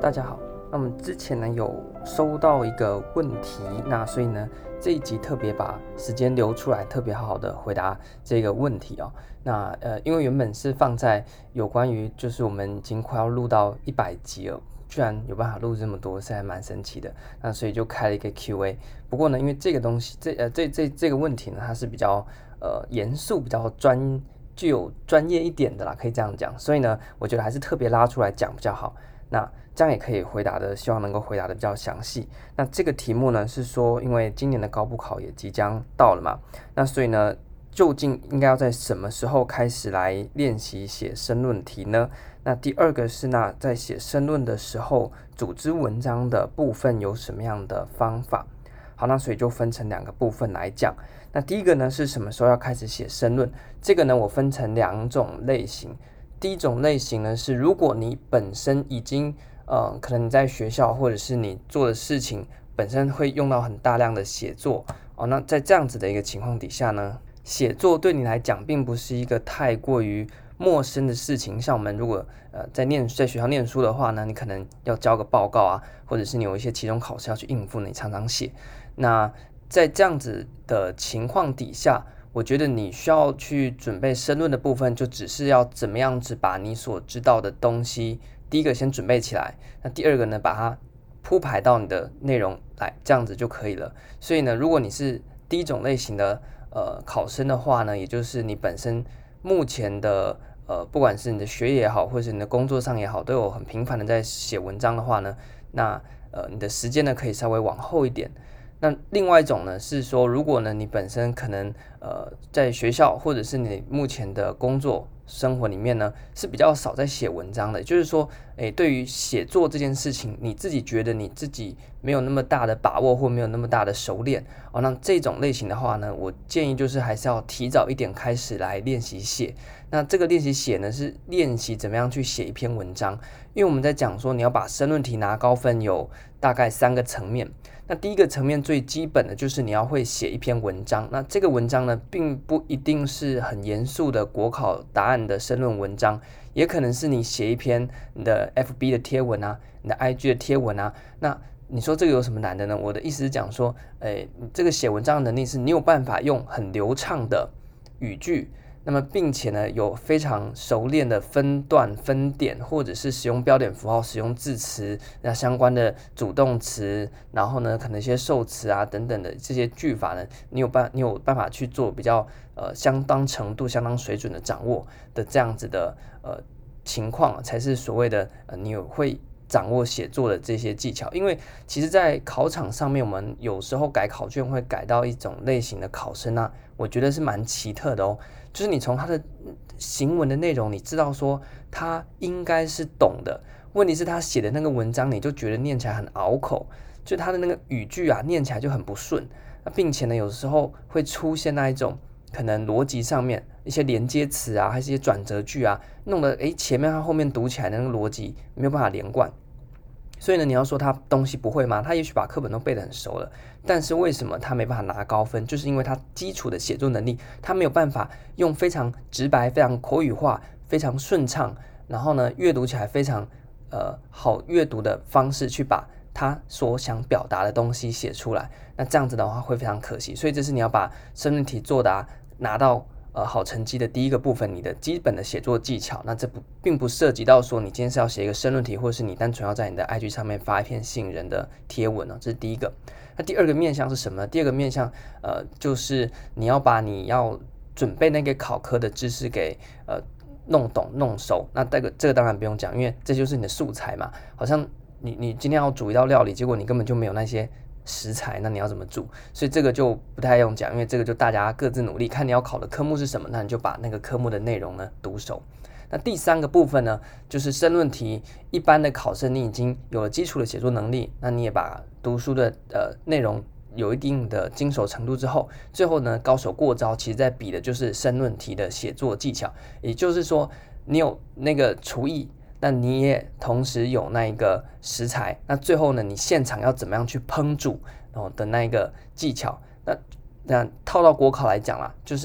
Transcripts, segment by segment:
大家好。那我们之前呢有收到一个问题，那所以呢这一集特别把时间留出来，特别好好的回答这个问题哦。那因为原本是放在有关于就是我们已经快要录到100集了，居然有办法录这么多，是还蛮神奇的。那所以就开了一个 Q&A。不过呢，因为这个东西，这个问题呢，它是比较严肃、比较具有专业一点的啦，可以这样讲。所以呢，我觉得还是特别拉出来讲比较好。那这样也可以回答的，希望能够回答的比较详细。那这个题目呢是说，因为今年的高普考也即将到了嘛，那所以呢，究竟应该要在什么时候开始来练习写申论题呢？那第二个是，那在写申论的时候，组织文章的部分有什么样的方法？好，那所以就分成2个部分来讲。那第一个呢是什么时候要开始写申论？这个呢我分成2种类型。第一种类型呢是，如果你本身已经可能你在学校或者是你做的事情本身会用到很大量的写作哦，那在这样子的一个情况底下呢，写作对你来讲并不是一个太过于陌生的事情。像我们如果在学校念书的话呢，你可能要交个报告啊，或者是你有一些期中考试要去应付，你常常写。那在这样子的情况底下，我觉得你需要去准备申论的部分，就只是要怎么样子把你所知道的东西，第一个先准备起来，那第二个呢，把它铺排到你的内容来，这样子就可以了。所以呢，如果你是第一种类型的考生的话呢，也就是你本身目前的不管是你的学业也好，或者是你的工作上也好，都有很频繁的在写文章的话呢，那你的时间呢可以稍微往后一点。那另外一种呢是说，如果呢你本身可能在学校或者是你目前的工作生活里面呢是比较少在写文章的，也就是说对于写作这件事情，你自己觉得你自己没有那么大的把握或没有那么大的熟练哦，那这种类型的话呢，我建议就是还是要提早一点开始来练习写。那这个练习写呢是练习怎么样去写一篇文章，因为我们在讲说你要把申论题拿高分有大概3个层面。那第一个层面最基本的就是你要会写一篇文章，那这个文章呢并不一定是很严肃的国考答案的申论文章，也可能是你写一篇你的 FB 的贴文啊，你的 IG 的贴文啊。那你说这个有什么难的呢？我的意思是讲说你这个写文章的能力是你有办法用很流畅的语句，那么并且呢有非常熟练的分段分点，或者是使用标点符号，使用字词，那相关的主动词，然后呢可能一些受词啊等等的这些句法呢，你有办法去做比较相当程度相当水准的掌握的这样子的情况，才是所谓的你会掌握写作的这些技巧。因为其实在考场上面，我们有时候改考卷会改到一种类型的考生啊，我觉得是蛮奇特的哦。就是你从他的行文的内容，你知道说他应该是懂的，问题是他写的那个文章，你就觉得念起来很拗口，就他的那个语句啊，念起来就很不顺。那并且呢，有时候会出现那一种可能逻辑上面一些连接词啊，还是一些转折句啊，弄得前面和后面读起来的那个逻辑没有办法连贯。所以呢，你要说他东西不会吗？他也许把课本都背得很熟了，但是为什么他没办法拿高分？就是因为他基础的写作能力，他没有办法用非常直白、非常口语化、非常顺畅，然后呢，阅读起来非常好阅读的方式去把他所想表达的东西写出来。那这样子的话会非常可惜。所以这是你要把申论题作答拿到好成绩的第一个部分，你的基本的写作技巧。那这并不涉及到说你今天是要写一个申论题，或者是你单纯要在你的 IG 上面发一篇吸引人的贴文哦，这是第一个。那第二个面向是什么呢？第二个面向就是你要把你要准备那个考科的知识给弄懂弄熟。那这个当然不用讲，因为这就是你的素材嘛。好像你今天要煮一道料理，结果你根本就没有那些食材，那你要怎么煮？所以这个就不太用讲，因为这个就大家各自努力，看你要考的科目是什么，那你就把那个科目的内容呢读熟。那第3个部分呢，就是申论题。一般的考生你已经有了基础的写作能力，那你也把读书的内容有一定的精熟程度之后，最后呢高手过招，其实在比的就是申论题的写作技巧。也就是说，你有那个厨艺，那你也同时有那一个食材，那最后呢，你现场要怎么样去烹煮的那一个技巧。那套到国考来讲啦，就是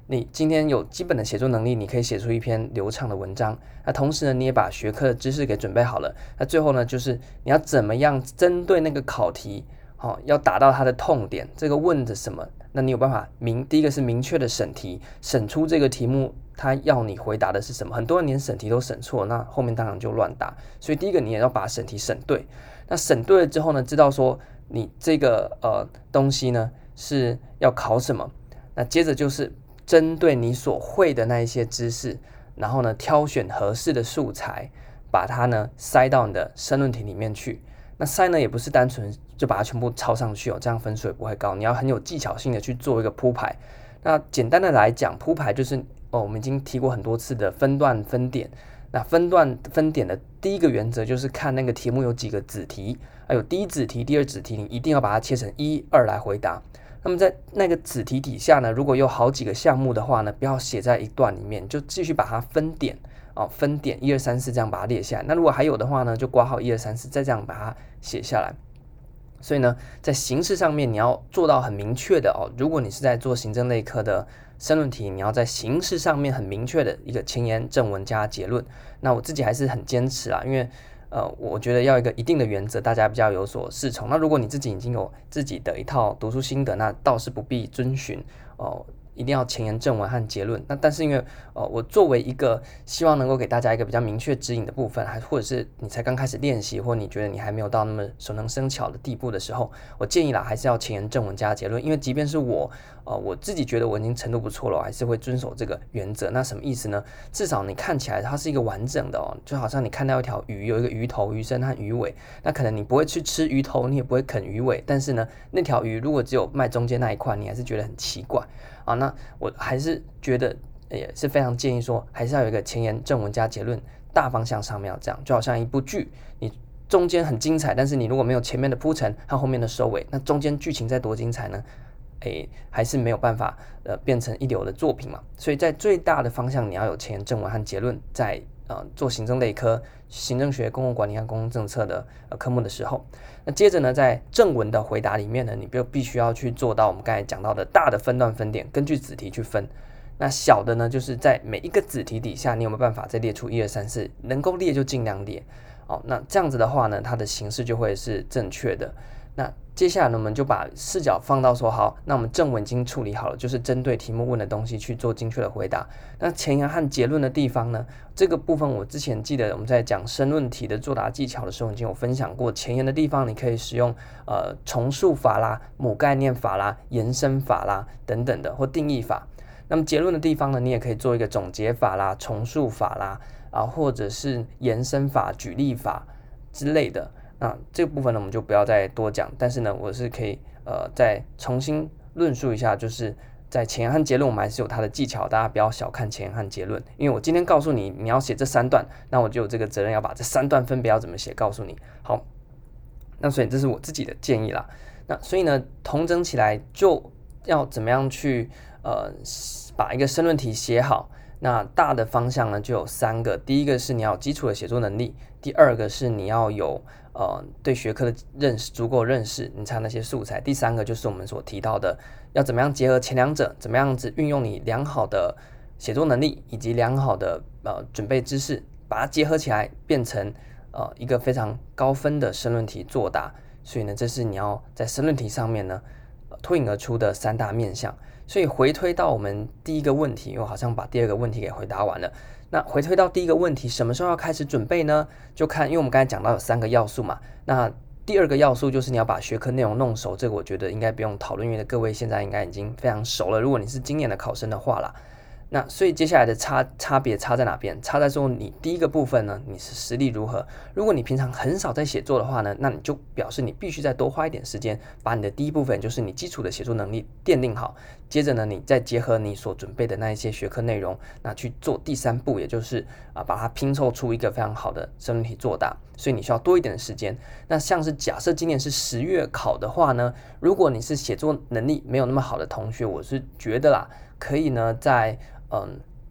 你今天有基本的写作能力，你可以写出一篇流畅的文章。那同时呢，你也把学科的知识给准备好了。那最后呢，就是你要怎么样针对那个考题，要打到它的痛点，这个问的什么？那你有办法第一个是明确的审题，审出这个题目他要你回答的是什么。很多人连审题都审错，那后面当然就乱答。所以第一个你也要把审题审对。那审对了之后呢，知道说你这个东西呢是要考什么。那接着就是针对你所会的那一些知识，然后呢挑选合适的素材，把它呢塞到你的申论题里面去。那塞呢也不是单纯就把它全部抄上去这样分数也不会高。你要很有技巧性的去做一个铺排。那简单的来讲，铺排就是我们已经提过很多次的分段分点。那分段分点的第一个原则就是看那个题目有几个子题，还有第一子题、第二子题，你一定要把它切成1、2来回答。那么在那个子题底下呢，如果有好几个项目的话呢，不要写在一段里面，就继续把它分点分点1、2、3、4这样把它列下来。那如果还有的话呢，就括号1、2、3、4，再这样把它写下来。所以呢，在形式上面你要做到很明确的如果你是在做行政类科的申论题，你要在形式上面很明确的一个前言、正文加结论。那我自己还是很坚持因为我觉得要一个一定的原则，大家比较有所适从。那如果你自己已经有自己的一套读书心得，那倒是不必遵循一定要前言正文和结论。那但是因为我作为一个希望能够给大家一个比较明确指引的部分，或者是你才刚开始练习，或你觉得你还没有到那么熟能生巧的地步的时候，我建议还是要前言正文加结论。因为即便是我自己觉得我已经程度不错了，我还是会遵守这个原则。那什么意思呢？至少你看起来它是一个完整的就好像你看到一条鱼，有一个鱼头、鱼身和鱼尾。那可能你不会去吃鱼头，你也不会啃鱼尾，但是呢，那条鱼如果只有卖中间那一块，你还是觉得很奇怪那我还是觉得也是非常建议说，还是要有一个前言正文加结论，大方向上面要这样。就好像一部剧，你中间很精彩，但是你如果没有前面的铺陈和后面的收尾，那中间剧情再多精彩呢还是没有办法变成一流的作品嘛。所以在最大的方向你要有前言正文和结论，在做行政类科、行政学、公共管理和公共政策的科目的时候。那接着呢，在正文的回答里面呢，你必须要去做到我们刚才讲到的大的分段分点，根据子题去分。那小的呢，就是在每一个子题底下，你有没有办法再列出1、2、3、4，能够列就尽量列那这样子的话呢，它的形式就会是正确的。那接下来呢，我们就把视角放到说，好，那我们正文已经处理好了，就是针对题目问的东西去做精确的回答。那前言和结论的地方呢，这个部分我之前记得我们在讲申论题的作答技巧的时候已经有分享过。前言的地方你可以使用重述法啦、母概念法啦、延伸法啦等等的，或定义法。那么结论的地方呢，你也可以做一个总结法啦、重述法啦或者是延伸法、举例法之类的。那这个部分呢，我们就不要再多讲。但是呢，我是可以再重新论述一下，就是在前言和结论，我们还是有它的技巧，大家不要小看前言和结论。因为我今天告诉你你要写这3段，那我就有这个责任要把这3段分别要怎么写告诉你。好，那所以这是我自己的建议啦。那所以呢，统整起来就要怎么样去把一个申论题写好。那大的方向呢就有3个，第一个是你要有基础的写作能力，第二个是你要有对学科的足够认识，你才有那些素材，第3个就是我们所提到的要怎么样结合前2者，怎么样子运用你良好的写作能力以及良好的准备知识，把它结合起来变成一个非常高分的申论题作答。所以呢，这是你要在申论题上面呢脱颖而出的3大面向。所以回推到我们第一个问题，我好像把第2个问题给回答完了。那回推到第一个问题，什么时候要开始准备呢？就看，因为我们刚才讲到有3个要素嘛。那第2个要素就是你要把学科内容弄熟，这个我觉得应该不用讨论，因为各位现在应该已经非常熟了。如果你是今年的考生的话啦。那所以接下来的差别差在哪边？差在说你第一个部分呢，你是实力如何？如果你平常很少在写作的话呢，那你就表示你必须再多花一点时间，把你的第一部分，就是你基础的写作能力奠定好。接着呢，你再结合你所准备的那一些学科内容，那去做第3步，也就是把它拼凑出一个非常好的申论题作答。所以你需要多一点的时间。那像是假设今年是10月考的话呢，如果你是写作能力没有那么好的同学，我是觉得啦，可以呢在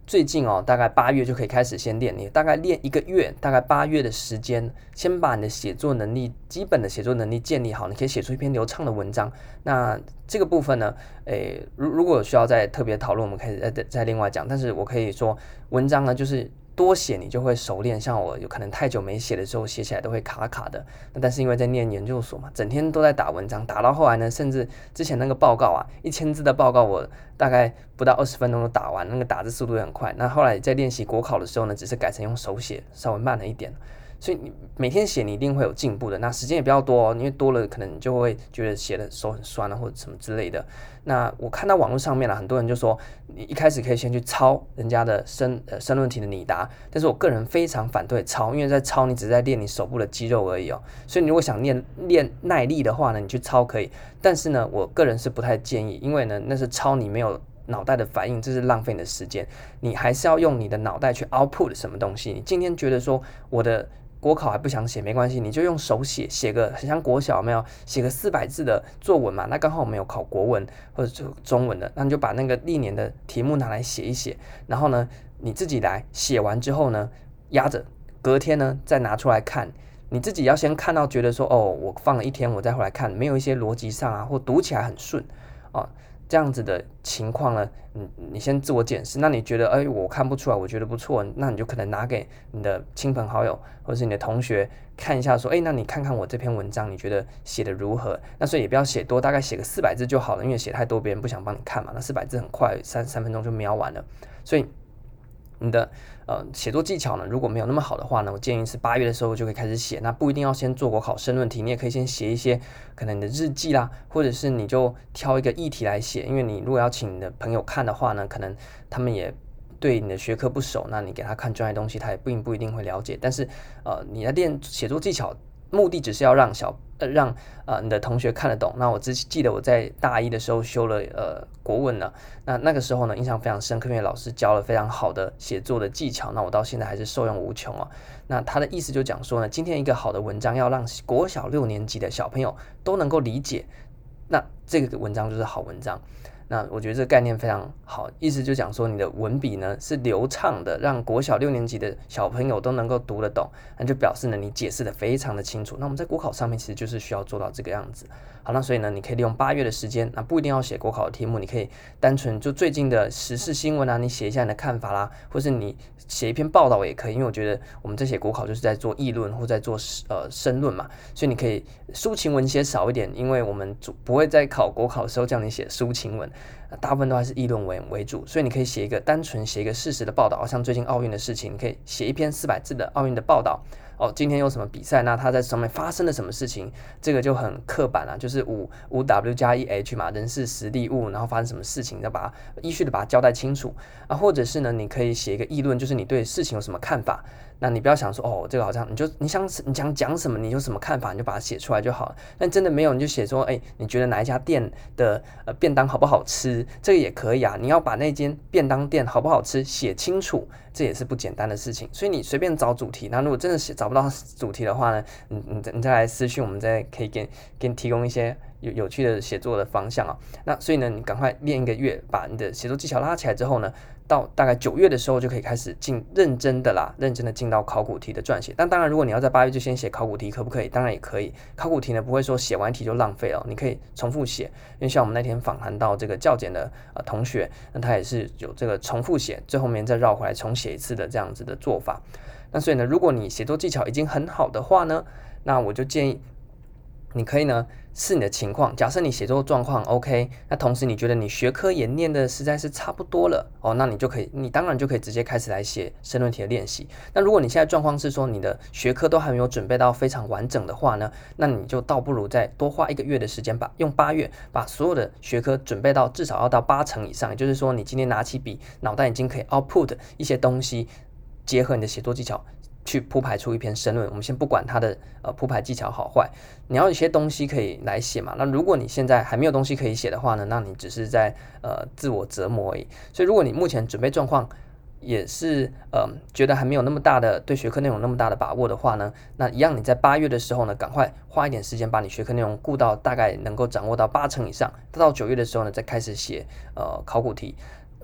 最近大概8月就可以开始先练，你大概练1个月，大概8月的时间，先把你的写作能力，基本的写作能力建立好，你可以写出一篇流畅的文章。那这个部分呢，如果有需要再特别讨论，我们可以再另外讲。但是我可以说，文章呢就是多写你就会熟练，像我有可能太久没写的时候，写起来都会卡卡的。那但是因为在念研究所嘛，整天都在打文章，打到后来呢，甚至之前那个报告啊，1000字的报告，我大概不到20分钟就打完，那个打字速度也很快。那后来在练习国考的时候呢，只是改成用手写，稍微慢了一点。所以你每天写，你一定会有进步的。那时间也比较多因为多了可能你就会觉得写的手很酸或者什么之类的。那我看到网络上面很多人就说，你一开始可以先去抄人家的申论题的拟答，但是我个人非常反对抄，因为在抄你只是在练你手部的肌肉而已所以你如果想练耐力的话呢，你去抄可以，但是呢，我个人是不太建议，因为呢，那是抄你没有脑袋的反应，这是浪费你的时间。你还是要用你的脑袋去 output 什么东西。你今天觉得说我的国考还不想写，没关系，你就用手写个很像国小有没有写个400字的作文嘛？那刚好我们有考国文或者中文的，那你就把那个历年的题目拿来写一写，然后呢你自己来写完之后呢，压着隔天呢再拿出来看。你自己要先看到觉得说我放了一天，我再回来看，没有一些逻辑上或读起来很顺这样子的情况呢，你先自我检视。那你觉得我看不出来，我觉得不错，那你就可能拿给你的亲朋好友或者是你的同学看一下，说那你看看我这篇文章，你觉得写的如何？那所以也不要写多，大概写个400字就好了，因为写太多别人不想帮你看嘛。那400字很快3分钟就描完了，所以你的写作技巧呢，如果没有那么好的话呢，我建议是8月的时候就可以开始写。那不一定要先做国考申论题，你也可以先写一些可能你的日记啦，或者是你就挑一个议题来写。因为你如果要请你的朋友看的话呢，可能他们也对你的学科不熟，那你给他看专业东西，他也不一定会了解。但是你在练写作技巧，目的只是要让你的同学看得懂。那我记得我在大一的时候修了国文了，那个时候呢印象非常深刻，因为老师教了非常好的写作的技巧，那我到现在还是受用无穷那他的意思就讲说呢，今天一个好的文章要让国小6年级的小朋友都能够理解，那这个文章就是好文章。那我觉得这个概念非常好，意思就讲说你的文笔呢是流畅的，让国小6年级的小朋友都能够读得懂，那就表示呢你解释的非常的清楚。那我们在国考上面其实就是需要做到这个样子。好，那所以呢你可以利用8月的时间，那不一定要写国考的题目，你可以单纯就最近的时事新闻你写一下你的看法啦，或是你写一篇报道也可以，因为我觉得我们这写国考就是在做议论或在做申论嘛，所以你可以抒情文写少一点，因为我们不会在考国考的时候叫你写抒情文，大部分都还是议论文为主，所以你可以单纯写一个事实的报道，像最近奥运的事情，你可以写一篇400字的奥运的报道今天有什么比赛，那它在上面发生了什么事情，这个就很刻板就是5W 加 1H 嘛，人事时地物，然后发生什么事情，要把它依序的把它交代清楚或者是呢你可以写一个议论，就是你对事情有什么看法。那你不要想说这个好像你想讲什么，你有什么看法，你就把它写出来就好了。但真的没有，你就写说你觉得哪一家店的便当好不好吃，这个也可以你要把那间便当店好不好吃写清楚，这也是不简单的事情。所以你随便找主题，那如果真的找不到主题的话呢，你再来私讯，我们再可以给你提供一些有趣的写作的方向那所以呢，你赶快练1个月，把你的写作技巧拉起来之后呢，到大概9月的时候就可以开始认真的进到考古题的撰写。但当然，如果你要在8月就先写考古题，可不可以？当然也可以。考古题呢不会说写完题就浪费你可以重复写。因为像我们那天访谈到这个教检的同学，那他也是有这个重复写，最后面再绕回来重写一次的这样子的做法。那所以呢，如果你写作技巧已经很好的话呢，那我就建议你可以呢视你的情况，假设你写作状况 OK， 那同时你觉得你学科也念的实在是差不多了那你当然就可以直接开始来写申论题的练习。那如果你现在状况是说你的学科都还没有准备到非常完整的话呢，那你就倒不如再多花1个月的时间，用8月把所有的学科准备到至少要到80%以上，也就是说你今天拿起笔，脑袋已经可以 output 一些东西，结合你的写作技巧去铺排出一篇申论。我们先不管它的铺排技巧好坏，你要有一些东西可以来写嘛。那如果你现在还没有东西可以写的话呢，那你只是在自我折磨而已。所以如果你目前准备状况也是觉得还没有那么大的对学科内容那么大的把握的话呢，那一样你在8月的时候呢，赶快花一点时间把你学科内容顾到大概能够掌握到80%以上，到9月的时候呢再开始写考古题。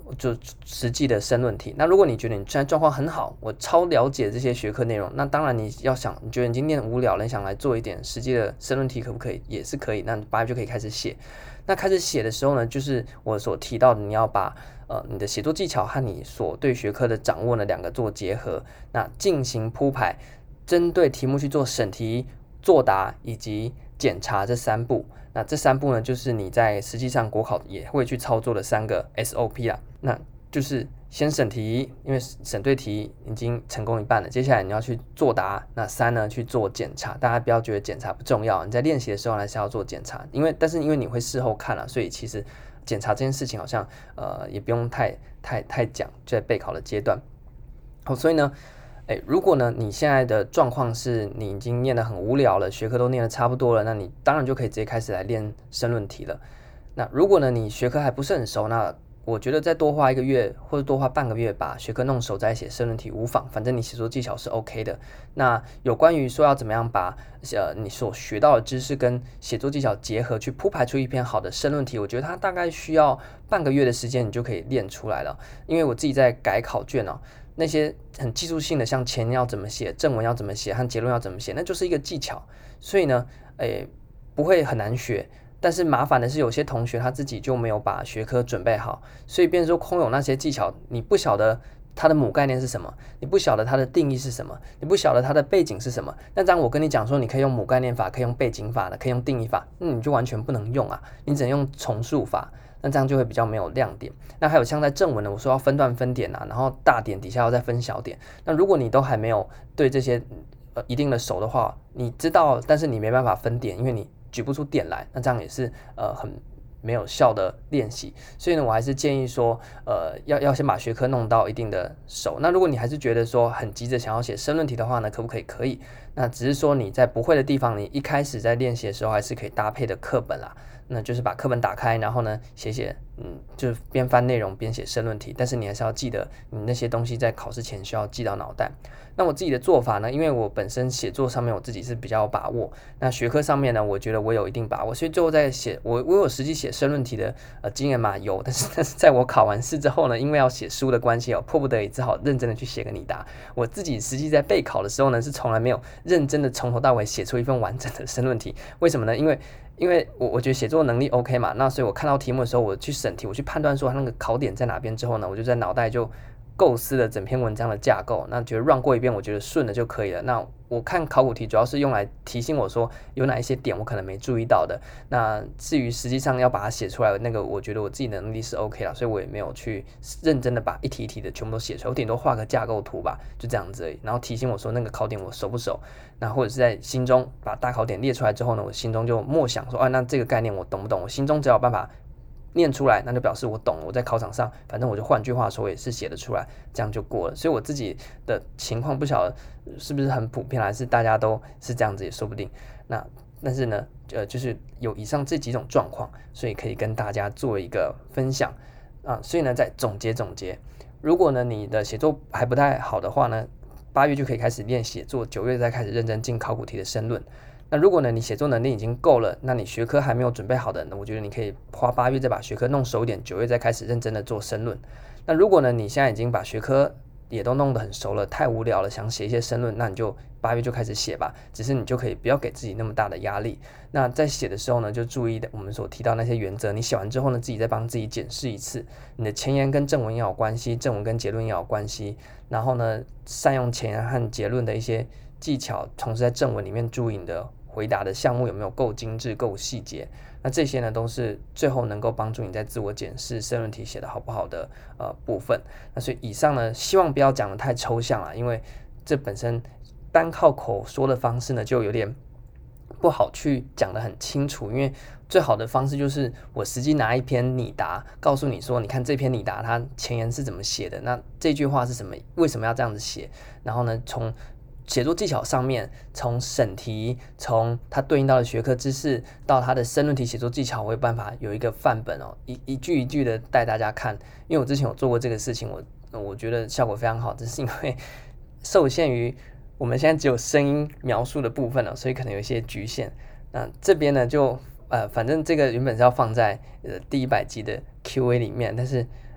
就实际的申论题。那如果你觉得你现在状况很好，我超了解这些学科内容，那当然你要想，你觉得你今天无聊了，你想来做一点实际的申论题，可不可以？也是可以。那8月就可以开始写。那开始写的时候呢，就是我所提到的，你要把你的写作技巧和你所对学科的掌握呢两个做结合，那进行铺排，针对题目去做审题、作答以及检查这3步。那这3步呢，就是你在实际上国考也会去操作的3个 SOP 啦。那就是先审题，因为审对题已经成功一半了，接下来你要去作答。那3呢，去做检查。大家不要觉得检查不重要，你在练习的时候还是要做检查，但是因为你会事后看了，所以其实检查这件事情好像也不用太讲，就在备考的阶段。好，所以呢。如果呢，你现在的状况是你已经念得很无聊了，学科都念得差不多了，那你当然就可以直接开始来练申论题了。那如果呢，你学科还不是很熟，那我觉得再多花1个月或者多花半个月把学科弄熟再写申论题无妨，反正你写作技巧是 OK 的。那有关于说要怎么样把你所学到的知识跟写作技巧结合，去铺排出一篇好的申论题，我觉得它大概需要半个月的时间，你就可以练出来了。因为我自己在改考卷哦。那些很技术性的，像前言要怎么写、正文要怎么写和结论要怎么写，那就是一个技巧，所以呢，不会很难学。但是麻烦的是，有些同学他自己就没有把学科准备好，所以变成说空有那些技巧，你不晓得它的母概念是什么，你不晓得它的定义是什么，你不晓得它的背景是什么。那这样我跟你讲说，你可以用母概念法，可以用背景法的，可以用定义法，那你就完全不能用啊，你只能用重述法。那这样就会比较没有亮点。那还有像在正文呢，我说要分段分点啊，然后大点底下要再分小点。那如果你都还没有对这些一定的熟的话，你知道，但是你没办法分点，因为你举不出点来，那这样也是很没有效的练习。所以呢，我还是建议说，要先把学科弄到一定的熟。那如果你还是觉得说很急着想要写申论题的话呢，可不可以？可以。那只是说你在不会的地方，你一开始在练习的时候还是可以搭配的课本啦。那就是把课本打开，然后呢写，就是边翻内容边写申论题。但是你还是要记得，你那些东西在考试前需要记到脑袋。那我自己的做法呢，因为我本身写作上面我自己是比较有把握，那学科上面呢，我觉得我有一定把握，所以最后在写我有实际写申论题的经验嘛，有。但是在我考完试之后呢，因为要写书的关系迫不得已只好认真的去写个拟答。我自己实际在备考的时候呢，是从来没有认真的从头到尾写出一份完整的申论题。为什么呢？因为我觉得写作能力 OK 嘛，那所以我看到题目的时候，我去审题，我去判断说它那个考点在哪边之后呢，我就在脑袋就构思了整篇文章的架构，那觉得 run 过一遍，我觉得顺了就可以了。那我看考古题主要是用来提醒我说有哪一些点我可能没注意到的。那至于实际上要把它写出来，那个我觉得我自己的能力是 OK 啦，所以我也没有去认真的把一题一题的全部都写出来，我顶多画个架构图吧，就这样子而已。然后提醒我说那个考点我熟不熟，那或者是在心中把大考点列出来之后呢，我心中就默想说，那这个概念我懂不懂？我心中只要有办法念出来，那就表示我懂了。我在考场上，反正我就换句话说，也是写得出来，这样就过了。所以我自己的情况不晓得是不是很普遍，还是大家都是这样子也说不定。那但是呢，就是有以上这几种状况，所以可以跟大家做一个分享啊。所以呢，再总结，如果呢你的写作还不太好的话呢，8月就可以开始练写作，9月再开始认真进考古题的申论。那如果呢你写作能力已经够了，那你学科还没有准备好的，那我觉得你可以花8月再把学科弄熟一点，9月再开始认真的做申论。那如果呢你现在已经把学科也都弄得很熟了，太无聊了，想写一些申论，那你就8月就开始写吧。只是你就可以不要给自己那么大的压力。那在写的时候呢，就注意我们所提到那些原则。你写完之后呢，自己再帮自己检视一次，你的前言跟正文要有关系，正文跟结论要有关系。然后呢，善用前言和结论的一些技巧，同时在正文里面注意你的回答的项目有没有够精致、够细节。那这些呢，都是最后能够帮助你在自我检视申论题写得好不好的部分。那所以以上呢，希望不要讲得太抽象了，因为这本身单靠口说的方式呢，就有点不好去讲得很清楚。因为最好的方式就是我实际拿一篇拟答，告诉你说，你看这篇拟答它前言是怎么写的，那这句话是什么，为什么要这样子写，然后呢，从写作技巧上面，从审题，从它对应到的学科知识，到它的申论题写作技巧，我有办法有一个范本哦，一句一句的带大家看。因为我之前有做过这个事情，我觉得效果非常好，只是因为受限于我们现在只有声音描述的部分了，所以可能有一些局限。那这边呢，就反正这个原本是要放在第100集的 Q&A 里面，但是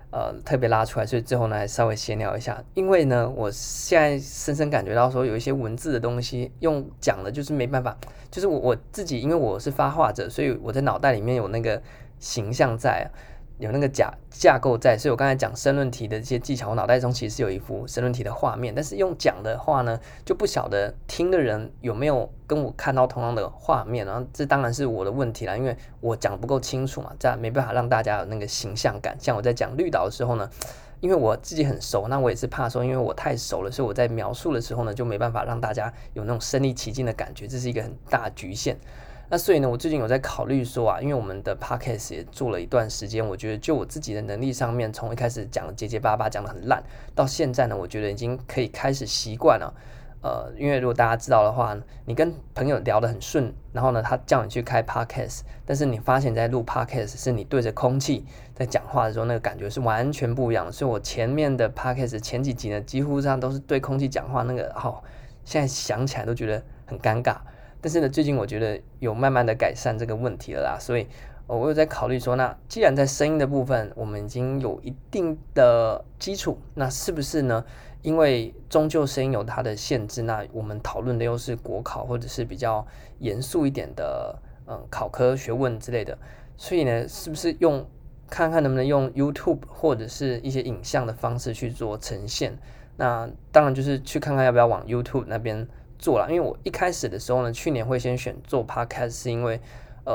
特别拉出来，所以最后呢还稍微闲聊一下。因为呢，我现在深深感觉到说，有一些文字的东西用讲的，就是没办法，就是我自己，因为我是发话者，所以我在脑袋里面有那个形象在，有那个架构在，所以我刚才讲申论题的这些技巧，我脑袋中其实是有一幅申论题的画面，但是用讲的话呢，就不晓得听的人有没有跟我看到同样的画面，然后这当然是我的问题啦，因为我讲不够清楚嘛，这样没办法让大家有那个形象感。像我在讲绿岛的时候呢，因为我自己很熟，那我也是怕说，因为我太熟了，所以我在描述的时候呢，就没办法让大家有那种身临其境的感觉，这是一个很大的局限。那所以呢，我最近有在考虑说啊，因为我们的 podcast 也做了一段时间，我觉得就我自己的能力上面，从一开始讲结结巴巴讲得很烂，到现在呢，我觉得已经可以开始习惯了。因为如果大家知道的话，你跟朋友聊得很顺，然后呢，他叫你去开 podcast， 但是你发现在录 podcast 是你对着空气在讲话的时候，那个感觉是完全不一样的。所以我前面的 podcast 前几集呢，几乎上都是对空气讲话，那个现在想起来都觉得很尴尬。但是呢，最近我觉得有慢慢的改善这个问题了啦，所以我有在考虑说，那既然在声音的部分我们已经有一定的基础，那是不是呢？因为终究声音有它的限制，那我们讨论的又是国考或者是比较严肃一点的考科学问之类的，所以呢，是不是看看能不能用 YouTube 或者是一些影像的方式去做呈现？那当然就是去看看要不要往 YouTube 那边做了，因为我一开始的时候呢，去年会先选做 Podcast， 是因为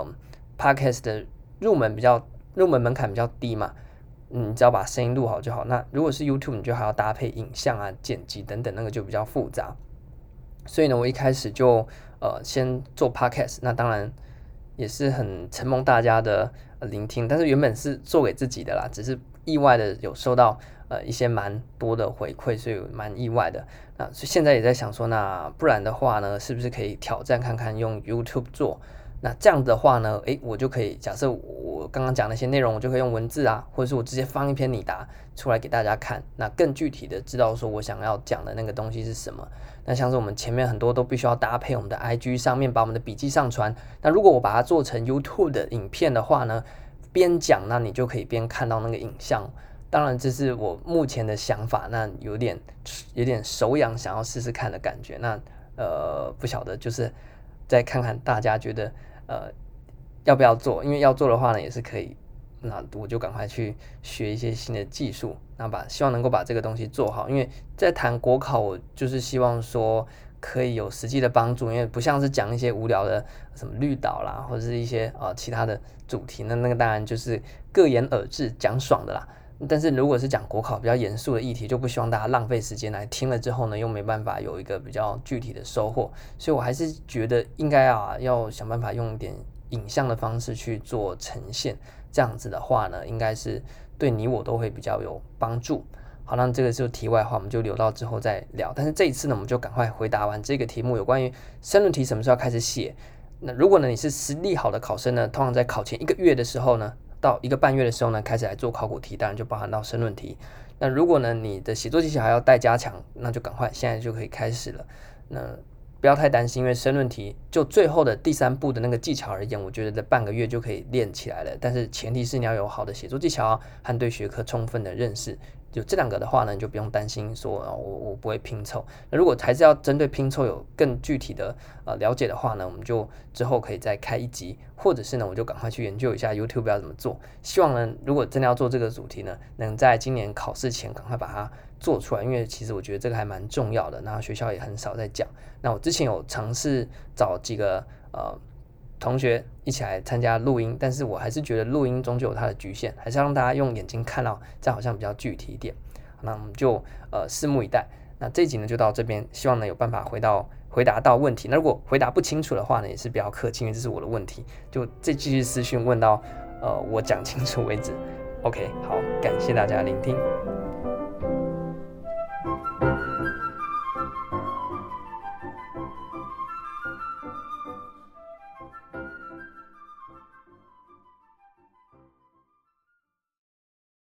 Podcast 的入门门槛比较低嘛，你只要把声音录好就好。那如果是 YouTube， 你就还要搭配影像啊、剪辑等等，那个就比较复杂。所以呢，我一开始就先做 Podcast， 那当然也是很承蒙大家的聆听，但是原本是做给自己的啦，只是意外的有收到一些蛮多的回馈，所以蛮意外的。那所以现在也在想说，那不然的话呢，是不是可以挑战看看用 YouTube 做？那这样的话呢，我就可以假设我刚刚讲那些内容，我就可以用文字啊，或者是我直接放一篇拟答出来给大家看，那更具体的知道说我想要讲的那个东西是什么。那像是我们前面很多都必须要搭配我们的 IG 上面把我们的笔记上传，那如果我把它做成 YouTube 的影片的话呢，边讲那你就可以边看到那个影像。当然这是我目前的想法，那有点手痒，想要试试看的感觉。那不晓得就是再看看大家觉得要不要做，因为要做的话呢也是可以，那我就赶快去学一些新的技术，那希望能够把这个东西做好。因为在谈国考，我就是希望说可以有实际的帮助，因为不像是讲一些无聊的什么绿岛啦，或者是一些其他的主题，那个当然就是各言而志，讲爽的啦。但是如果是讲国考比较严肃的议题，就不希望大家浪费时间来听了之后呢，又没办法有一个比较具体的收获。所以我还是觉得应该要想办法用一点影像的方式去做呈现，这样子的话呢，应该是对你我都会比较有帮助。好，那这个就题外话，我们就留到之后再聊。但是这一次呢，我们就赶快回答完这个题目，有关于申论题什么时候开始写。那如果呢你是实力好的考生呢，通常在考前1个月的时候呢，到1个半月的时候呢，开始来做考古题，当然就包含到申论题。那如果呢你的写作技巧还要待加强，那就赶快现在就可以开始了。那不要太担心，因为申论题就最后的第3步的那个技巧而言，我觉得在半个月就可以练起来了。但是前提是你要有好的写作技巧和对学科充分的认识。就这2个的话呢，你就不用担心说我不会拼凑。那如果还是要针对拼凑有更具体的了解的话呢，我们就之后可以再开一集，或者是呢我就赶快去研究一下 YouTube 要怎么做。希望呢如果真的要做这个主题呢，能在今年考试前赶快把它做出来，因为其实我觉得这个还蛮重要的，然后学校也很少在讲。那我之前有尝试找几个同学一起来参加录音，但是我还是觉得录音终究有它的局限，还是要让大家用眼睛看到，这样好像比较具体一点。那我们就拭目以待。那这一集呢就到这边，希望呢有办法回答到问题。那如果回答不清楚的话呢，也是不要客气，因为这是我的问题，就再继续私讯问到我讲清楚为止。OK， 好，感谢大家的聆听。